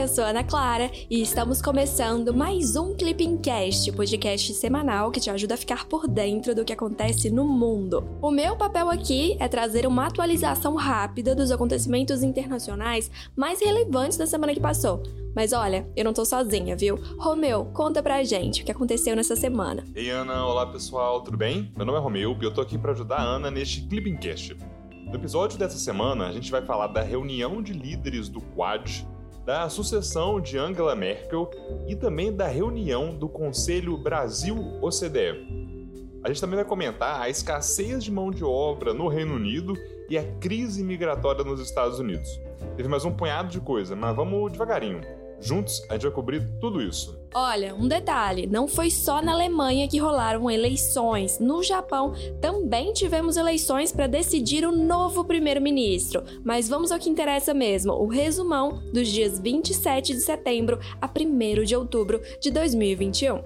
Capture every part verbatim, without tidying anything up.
eu sou a Ana Clara e estamos começando mais um Clipping Cast, podcast semanal que te ajuda a ficar por dentro do que acontece no mundo. O meu papel aqui é trazer uma atualização rápida dos acontecimentos internacionais mais relevantes da semana que passou. Mas olha, eu não tô sozinha, viu? Romeu, conta pra gente o que aconteceu nessa semana. Ei Ana, olá pessoal, tudo bem? Meu nome é Romeu e eu tô aqui pra ajudar a Ana neste Clipping Cast. No episódio dessa semana, a gente vai falar da reunião de líderes do Quad, da sucessão de Angela Merkel e também da reunião do Conselho Brasil-O C D E. A gente também vai comentar a escassez de mão de obra no Reino Unido e a crise migratória nos Estados Unidos. Teve mais um punhado de coisa, mas vamos devagarinho. Juntos, a gente vai cobrir tudo isso. Olha, um detalhe, não foi só na Alemanha que rolaram eleições. No Japão também tivemos eleições para decidir o novo primeiro-ministro. Mas vamos ao que interessa mesmo, o resumão dos dias vinte e sete de setembro a primeiro de outubro de dois mil e vinte e um.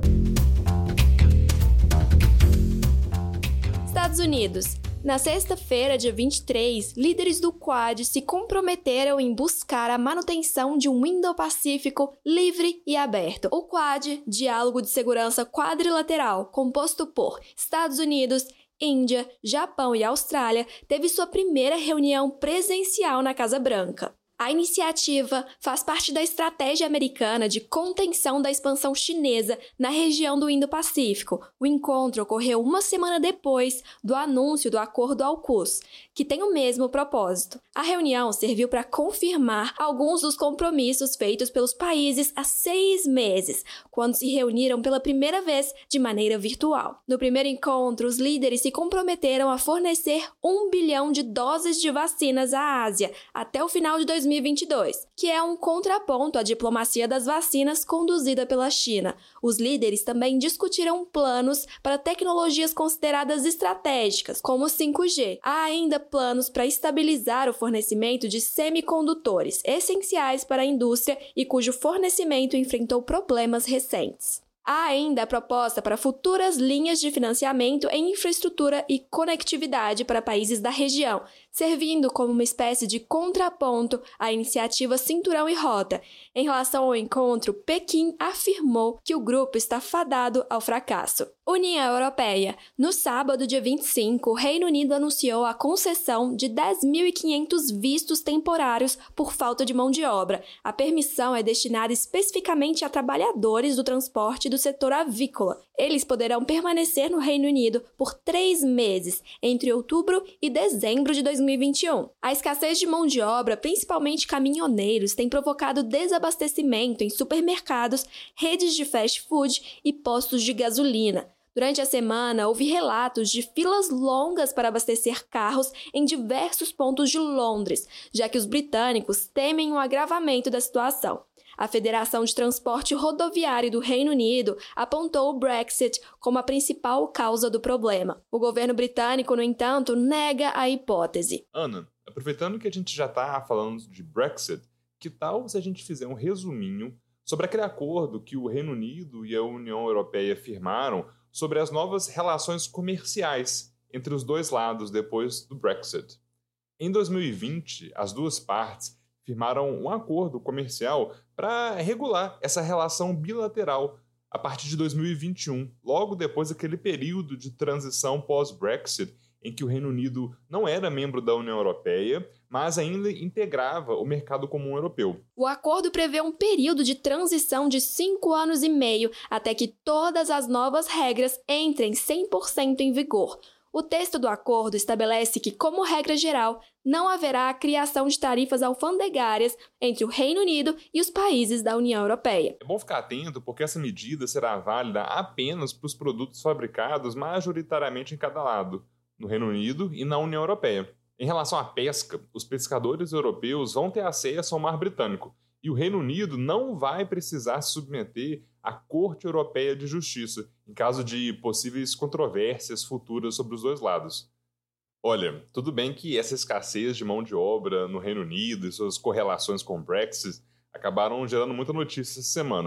Estados Unidos. Na sexta-feira, dia vinte e três, líderes do Quad se comprometeram em buscar a manutenção de um Indo-Pacífico livre e aberto. O Quad, diálogo de segurança quadrilateral, composto por Estados Unidos, Índia, Japão e Austrália, teve sua primeira reunião presencial na Casa Branca. A iniciativa faz parte da estratégia americana de contenção da expansão chinesa na região do Indo-Pacífico. O encontro ocorreu uma semana depois do anúncio do Acordo AUKUS, que tem o mesmo propósito. A reunião serviu para confirmar alguns dos compromissos feitos pelos países há seis meses, quando se reuniram pela primeira vez de maneira virtual. No primeiro encontro, os líderes se comprometeram a fornecer um bilhão de doses de vacinas à Ásia até o final de dois mil e vinte e dois, que é um contraponto à diplomacia das vacinas conduzida pela China. Os líderes também discutiram planos para tecnologias consideradas estratégicas, como o cinco G. Há ainda planos para estabilizar o fornecimento de semicondutores, essenciais para a indústria e cujo fornecimento enfrentou problemas recentes. Há ainda a proposta para futuras linhas de financiamento em infraestrutura e conectividade para países da região, servindo como uma espécie de contraponto à iniciativa Cinturão e Rota. Em relação ao encontro, Pequim afirmou que o grupo está fadado ao fracasso. União Europeia. No sábado, dia vinte e cinco, o Reino Unido anunciou a concessão de dez mil e quinhentos vistos temporários por falta de mão de obra. A permissão é destinada especificamente a trabalhadores do transporte do setor avícola. Eles poderão permanecer no Reino Unido por três meses, entre outubro e dezembro de dois mil e vinte e um. A escassez de mão de obra, principalmente caminhoneiros, tem provocado desabastecimento em supermercados, redes de fast food e postos de gasolina. Durante a semana, houve relatos de filas longas para abastecer carros em diversos pontos de Londres, já que os britânicos temem um agravamento da situação. A Federação de Transporte Rodoviário do Reino Unido apontou o Brexit como a principal causa do problema. O governo britânico, no entanto, nega a hipótese. Ana, aproveitando que a gente já está falando de Brexit, que tal se a gente fizer um resuminho sobre aquele acordo que o Reino Unido e a União Europeia firmaram sobre as novas relações comerciais entre os dois lados depois do Brexit? Em dois mil e vinte, as duas partes firmaram um acordo comercial para regular essa relação bilateral a partir de dois mil e vinte e um, logo depois daquele período de transição pós-Brexit, em que o Reino Unido não era membro da União Europeia, mas ainda integrava o mercado comum europeu. O acordo prevê um período de transição de cinco anos e meio até que todas as novas regras entrem cem por cento em vigor. O texto do acordo estabelece que, como regra geral, não haverá a criação de tarifas alfandegárias entre o Reino Unido e os países da União Europeia. É bom ficar atento porque essa medida será válida apenas para os produtos fabricados majoritariamente em cada lado, no Reino Unido e na União Europeia. Em relação à pesca, os pescadores europeus vão ter acesso ao Mar Britânico e o Reino Unido não vai precisar se submeter à Corte Europeia de Justiça, em caso de possíveis controvérsias futuras sobre os dois lados. Olha, tudo bem que essa escassez de mão de obra no Reino Unido e suas correlações com o Brexit acabaram gerando muita notícia essa semana,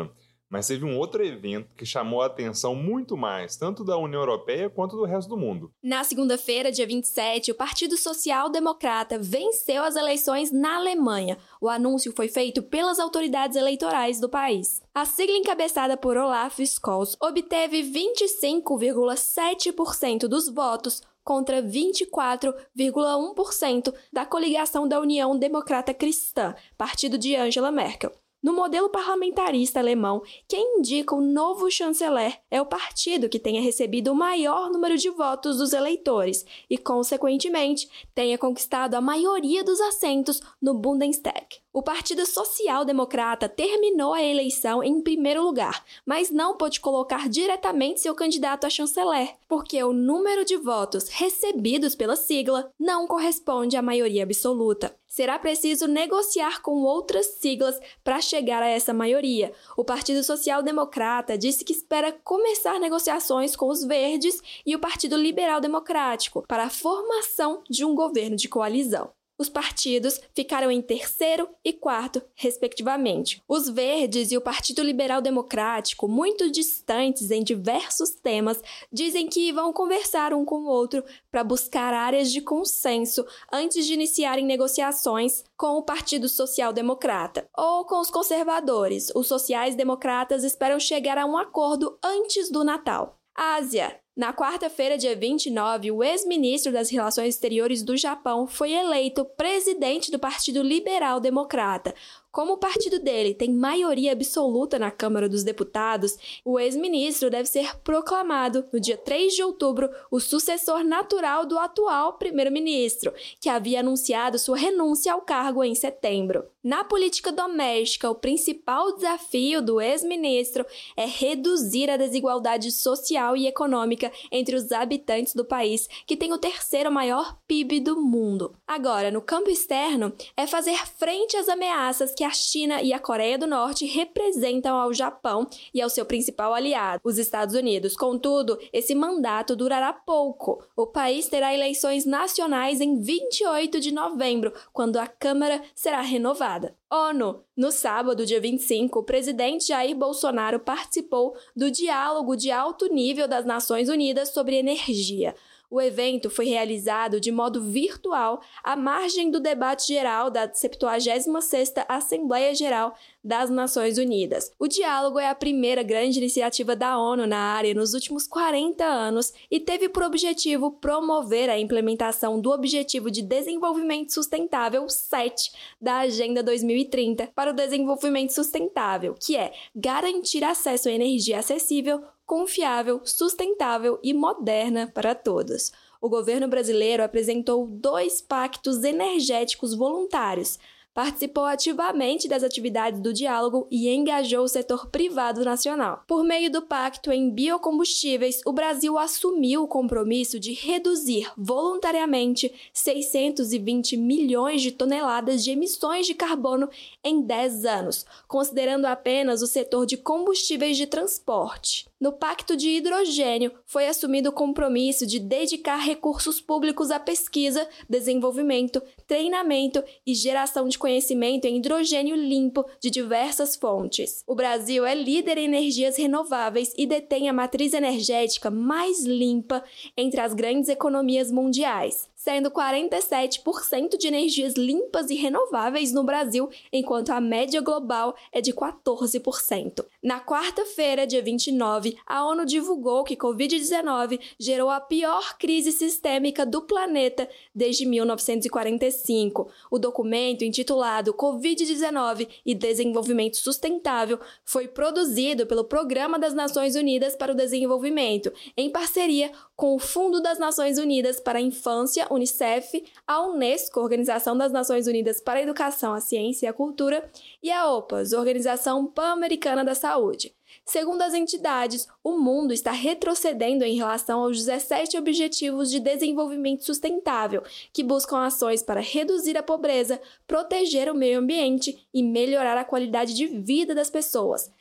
Mas teve um outro evento que chamou a atenção muito mais, tanto da União Europeia quanto do resto do mundo. Na segunda-feira, dia vinte e sete, o Partido Social Democrata venceu as eleições na Alemanha. O anúncio foi feito pelas autoridades eleitorais do país. A sigla encabeçada por Olaf Scholz obteve vinte e cinco vírgula sete por cento dos votos contra vinte e quatro vírgula um por cento da coligação da União Democrata Cristã, partido de Angela Merkel. No modelo parlamentarista alemão, quem indica o novo chanceler é o partido que tenha recebido o maior número de votos dos eleitores e, consequentemente, tenha conquistado a maioria dos assentos no Bundestag. O Partido Social Democrata terminou a eleição em primeiro lugar, mas não pôde colocar diretamente seu candidato a chanceler, porque o número de votos recebidos pela sigla não corresponde à maioria absoluta. Será preciso negociar com outras siglas para chegar a essa maioria. O Partido Social Democrata disse que espera começar negociações com os Verdes e o Partido Liberal Democrático para a formação de um governo de coalizão. Os partidos ficaram em terceiro e quarto, respectivamente. Os Verdes e o Partido Liberal Democrático, muito distantes em diversos temas, dizem que vão conversar um com o outro para buscar áreas de consenso antes de iniciarem negociações com o Partido Social Democrata. Ou com os conservadores, os sociais-democratas esperam chegar a um acordo antes do Natal. Ásia. Na quarta-feira, dia vinte e nove, o ex-ministro das Relações Exteriores do Japão foi eleito presidente do Partido Liberal Democrata. Como o partido dele tem maioria absoluta na Câmara dos Deputados, o ex-ministro deve ser proclamado, no dia três de outubro, o sucessor natural do atual primeiro-ministro, que havia anunciado sua renúncia ao cargo em setembro. Na política doméstica, o principal desafio do ex-ministro é reduzir a desigualdade social e econômica entre os habitantes do país, que tem o terceiro maior P I B do mundo. Agora, no campo externo, é fazer frente às ameaças que a China e a Coreia do Norte representam ao Japão e ao seu principal aliado, os Estados Unidos. Contudo, esse mandato durará pouco. O país terá eleições nacionais em vinte e oito de novembro, quando a Câmara será renovada. ONU. No sábado, dia vinte e cinco, o presidente Jair Bolsonaro participou do Diálogo de Alto Nível das Nações Unidas sobre Energia. O evento foi realizado de modo virtual à margem do debate geral da septuagésima sexta Assembleia Geral das Nações Unidas. O diálogo é a primeira grande iniciativa da ONU na área nos últimos quarenta anos e teve por objetivo promover a implementação do Objetivo de Desenvolvimento Sustentável sete da Agenda dois mil e trinta para o Desenvolvimento Sustentável, que é garantir acesso à energia acessível, confiável, sustentável e moderna para todos. O governo brasileiro apresentou dois pactos energéticos voluntários, participou ativamente das atividades do diálogo e engajou o setor privado nacional. Por meio do Pacto em Biocombustíveis, o Brasil assumiu o compromisso de reduzir voluntariamente seiscentos e vinte milhões de toneladas de emissões de carbono em dez anos, considerando apenas o setor de combustíveis de transporte. No Pacto de Hidrogênio, foi assumido o compromisso de dedicar recursos públicos à pesquisa, desenvolvimento, treinamento e geração de conhecimento em hidrogênio limpo de diversas fontes. O Brasil é líder em energias renováveis e detém a matriz energética mais limpa entre as grandes economias mundiais, sendo quarenta e sete por cento de energias limpas e renováveis no Brasil, enquanto a média global é de quatorze por cento. Na quarta-feira, dia vinte e nove, a ONU divulgou que covid dezenove gerou a pior crise sistêmica do planeta desde mil novecentos e quarenta e cinco. O documento, intitulado covid dezenove e Desenvolvimento Sustentável, foi produzido pelo Programa das Nações Unidas para o Desenvolvimento, em parceria com o Fundo das Nações Unidas para a Infância, Unicef, a Unesco, Organização das Nações Unidas para a Educação, a Ciência e a Cultura, e a OPAS, Organização Pan-Americana da Saúde. Segundo as entidades, o mundo está retrocedendo em relação aos dezessete Objetivos de Desenvolvimento Sustentável, que buscam ações para reduzir a pobreza, proteger o meio ambiente e melhorar a qualidade de vida das pessoas.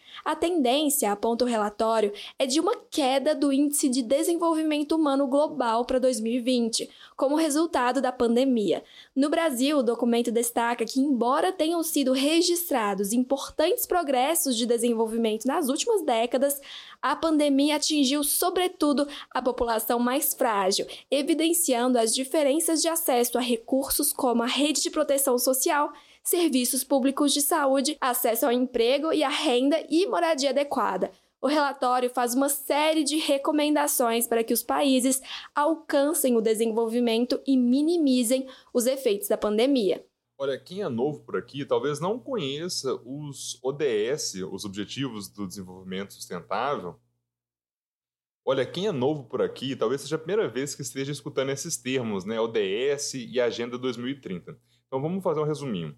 A tendência, aponta o relatório, é de uma queda do Índice de Desenvolvimento Humano Global para dois mil e vinte, como resultado da pandemia. No Brasil, o documento destaca que, embora tenham sido registrados importantes progressos de desenvolvimento nas últimas décadas, a pandemia atingiu, sobretudo, a população mais frágil, evidenciando as diferenças de acesso a recursos como a rede de proteção social, serviços públicos de saúde, acesso ao emprego e à renda e moradia adequada. O relatório faz uma série de recomendações para que os países alcancem o desenvolvimento e minimizem os efeitos da pandemia. Olha, quem é novo por aqui talvez não conheça os O D S, os Objetivos do Desenvolvimento Sustentável. Olha, quem é novo por aqui talvez seja a primeira vez que esteja escutando esses termos, né? O D S e Agenda dois mil e trinta. Então vamos fazer um resuminho.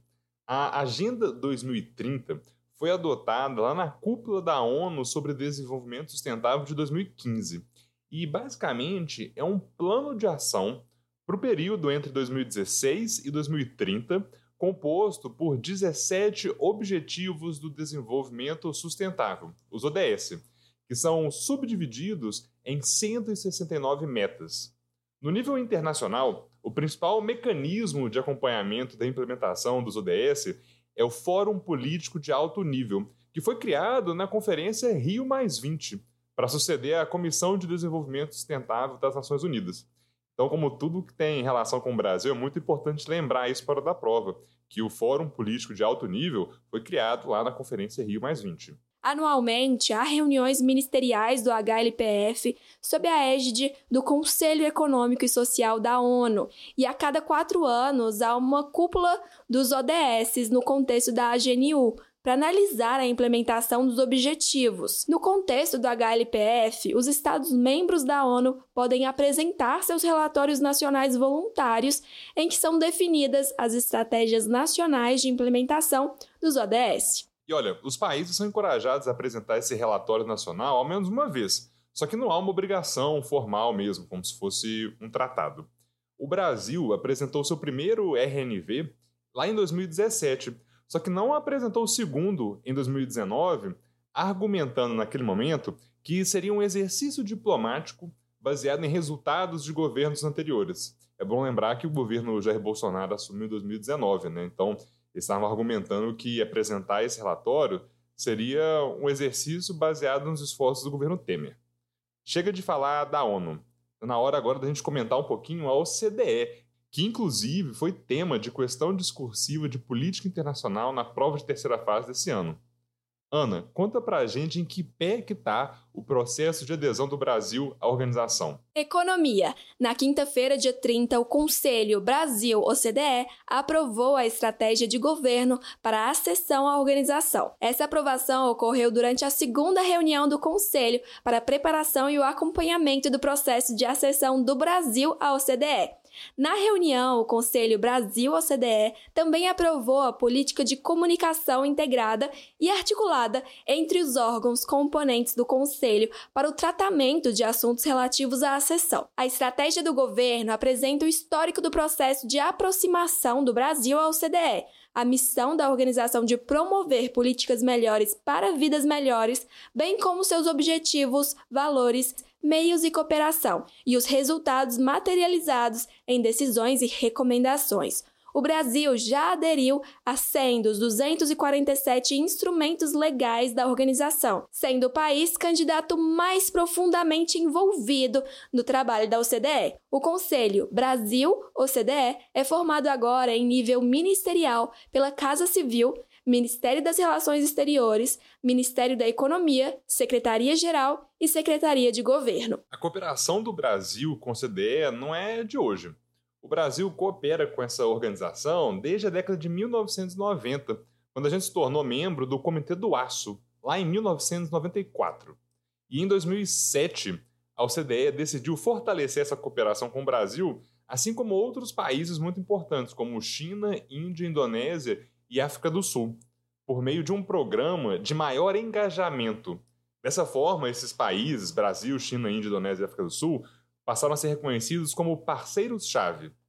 A Agenda dois mil e trinta foi adotada lá na cúpula da ONU sobre Desenvolvimento Sustentável de dois mil e quinze. E, basicamente, é um plano de ação para o período entre dois mil e dezesseis e dois mil e trinta, composto por dezessete Objetivos do Desenvolvimento Sustentável, os O D S, que são subdivididos em cento e sessenta e nove metas. No nível internacional, o principal mecanismo de acompanhamento da implementação dos O D S é o Fórum Político de Alto Nível, que foi criado na Conferência Rio mais vinte, para suceder à Comissão de Desenvolvimento Sustentável das Nações Unidas. Então, como tudo que tem relação com o Brasil, é muito importante lembrar isso para da prova, que o Fórum Político de Alto Nível foi criado lá na Conferência Rio mais vinte. Anualmente, há reuniões ministeriais do H L P F sob a égide do Conselho Econômico e Social da ONU, e a cada quatro anos há uma cúpula dos O D S no contexto da A G N U, para analisar a implementação dos objetivos. No contexto do H L P F, os Estados-membros da ONU podem apresentar seus relatórios nacionais voluntários, em que são definidas as estratégias nacionais de implementação dos O D S. E olha, os países são encorajados a apresentar esse relatório nacional ao menos uma vez, só que não há uma obrigação formal mesmo, como se fosse um tratado. O Brasil apresentou seu primeiro R N V lá em dois mil e dezessete, só que não apresentou o segundo em dois mil e dezenove, argumentando naquele momento que seria um exercício diplomático baseado em resultados de governos anteriores. É bom lembrar que o governo Jair Bolsonaro assumiu em dois mil e dezenove, né? Então eles estavam argumentando que apresentar esse relatório seria um exercício baseado nos esforços do governo Temer. Chega de falar da ONU. Está na hora agora da gente comentar um pouquinho a O C D E, que inclusive foi tema de questão discursiva de política internacional na prova de terceira fase desse ano. Ana, conta pra gente em que pé que tá o processo de adesão do Brasil à organização. Economia. Na quinta-feira, dia trinta, o Conselho Brasil-O C D E aprovou a estratégia de governo para a acessão à organização. Essa aprovação ocorreu durante a segunda reunião do Conselho para a preparação e o acompanhamento do processo de acessão do Brasil à O C D E. Na reunião, o Conselho Brasil-O C D E também aprovou a política de comunicação integrada e articulada entre os órgãos componentes do Conselho para o tratamento de assuntos relativos à acessão. A estratégia do governo apresenta o histórico do processo de aproximação do Brasil ao O C D E, a missão da organização de promover políticas melhores para vidas melhores, bem como seus objetivos, valores, meios e cooperação, e os resultados materializados em decisões e recomendações. O Brasil já aderiu a cem dos duzentos e quarenta e sete instrumentos legais da organização, sendo o país candidato mais profundamente envolvido no trabalho da O C D E. O Conselho Brasil-O C D E é formado agora em nível ministerial pela Casa Civil, Ministério das Relações Exteriores, Ministério da Economia, Secretaria-Geral e Secretaria de Governo. A cooperação do Brasil com o C D E não é de hoje. O Brasil coopera com essa organização desde a década de mil novecentos e noventa, quando a gente se tornou membro do Comitê do Aço, lá em mil novecentos e noventa e quatro. E em dois mil e sete, a O C D E decidiu fortalecer essa cooperação com o Brasil, assim como outros países muito importantes, como China, Índia, Indonésia e África do Sul, por meio de um programa de maior engajamento. Dessa forma, esses países, Brasil, China, Índia, Indonésia e África do Sul, passaram a ser reconhecidos como parceiros-chave.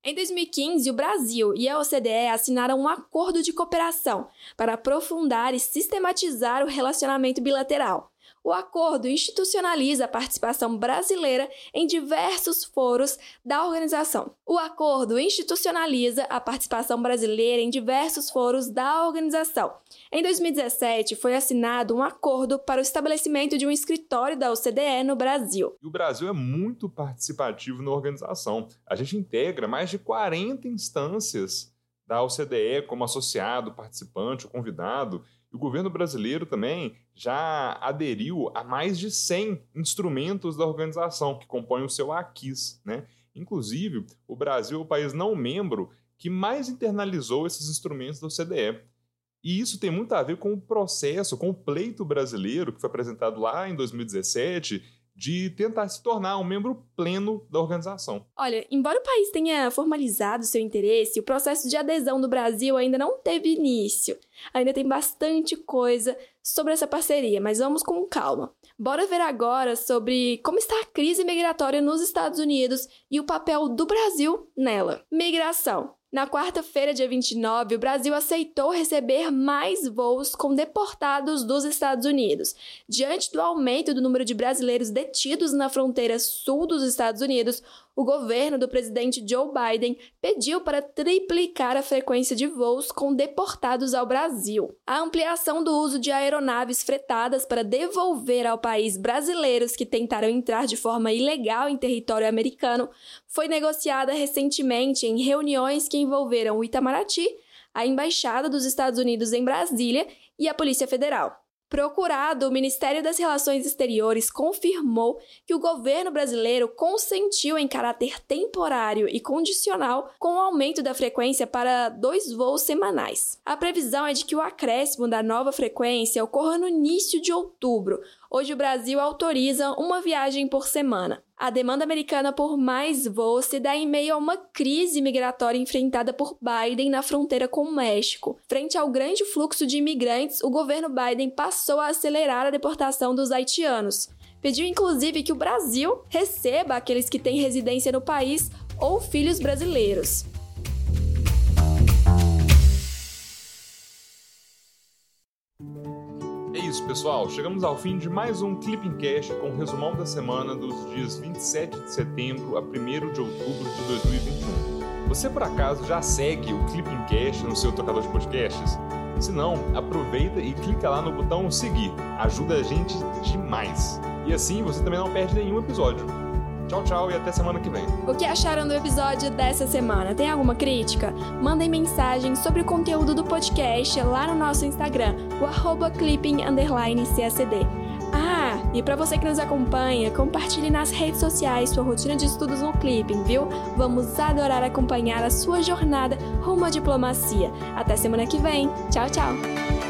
Em dois mil e quinze, o Brasil e a O C D E assinaram um acordo de cooperação para aprofundar e sistematizar o relacionamento bilateral. O acordo institucionaliza a participação brasileira em diversos foros da organização. O acordo institucionaliza a participação brasileira em diversos foros da organização. Em dois mil e dezessete, foi assinado um acordo para o estabelecimento de um escritório da O C D E no Brasil. E o Brasil é muito participativo na organização. A gente integra mais de quarenta instâncias da O C D E como associado, participante ou convidado. E o governo brasileiro também já aderiu a mais de cem instrumentos da organização que compõem o seu aquis, né? Inclusive, o Brasil é o país não membro que mais internalizou esses instrumentos da O C D E. E isso tem muito a ver com o processo, com o pleito brasileiro que foi apresentado lá em dois mil e dezessete, de tentar se tornar um membro pleno da organização. Olha, embora o país tenha formalizado seu interesse, o processo de adesão do Brasil ainda não teve início. Ainda tem bastante coisa sobre essa parceria, mas vamos com calma. Bora ver agora sobre como está a crise migratória nos Estados Unidos e o papel do Brasil nela. Migração. Na quarta-feira, dia vinte e nove, o Brasil aceitou receber mais voos com deportados dos Estados Unidos. Diante do aumento do número de brasileiros detidos na fronteira sul dos Estados Unidos, o governo do presidente Joe Biden pediu para triplicar a frequência de voos com deportados ao Brasil. A ampliação do uso de aeronaves fretadas para devolver ao país brasileiros que tentaram entrar de forma ilegal em território americano foi negociada recentemente em reuniões que envolveram o Itamaraty, a Embaixada dos Estados Unidos em Brasília e a Polícia Federal. Procurado, o Ministério das Relações Exteriores confirmou que o governo brasileiro consentiu em caráter temporário e condicional com o aumento da frequência para dois voos semanais. A previsão é de que o acréscimo da nova frequência ocorra no início de outubro. Hoje o Brasil autoriza uma viagem por semana. A demanda americana por mais voos se dá em meio a uma crise migratória enfrentada por Biden na fronteira com o México. Frente ao grande fluxo de imigrantes, o governo Biden passou a acelerar a deportação dos haitianos. Pediu inclusive que o Brasil receba aqueles que têm residência no país ou filhos brasileiros. É isso, pessoal. Chegamos ao fim de mais um Clipping Cast com o resumão da semana dos dias vinte e sete de setembro a primeiro de outubro de dois mil e vinte e um. Você, por acaso, já segue o Clipping Cast no seu tocador de podcasts? Se não, aproveita e clica lá no botão seguir. Ajuda a gente demais. E assim você também não perde nenhum episódio. Tchau, tchau e até semana que vem. O que acharam do episódio dessa semana? Tem alguma crítica? Mandem mensagem sobre o conteúdo do podcast lá no nosso Instagram, o arroba clipping underline C S D. Ah, e para você que nos acompanha, compartilhe nas redes sociais sua rotina de estudos no Clipping, viu? Vamos adorar acompanhar a sua jornada rumo à diplomacia. Até semana que vem. Tchau, tchau!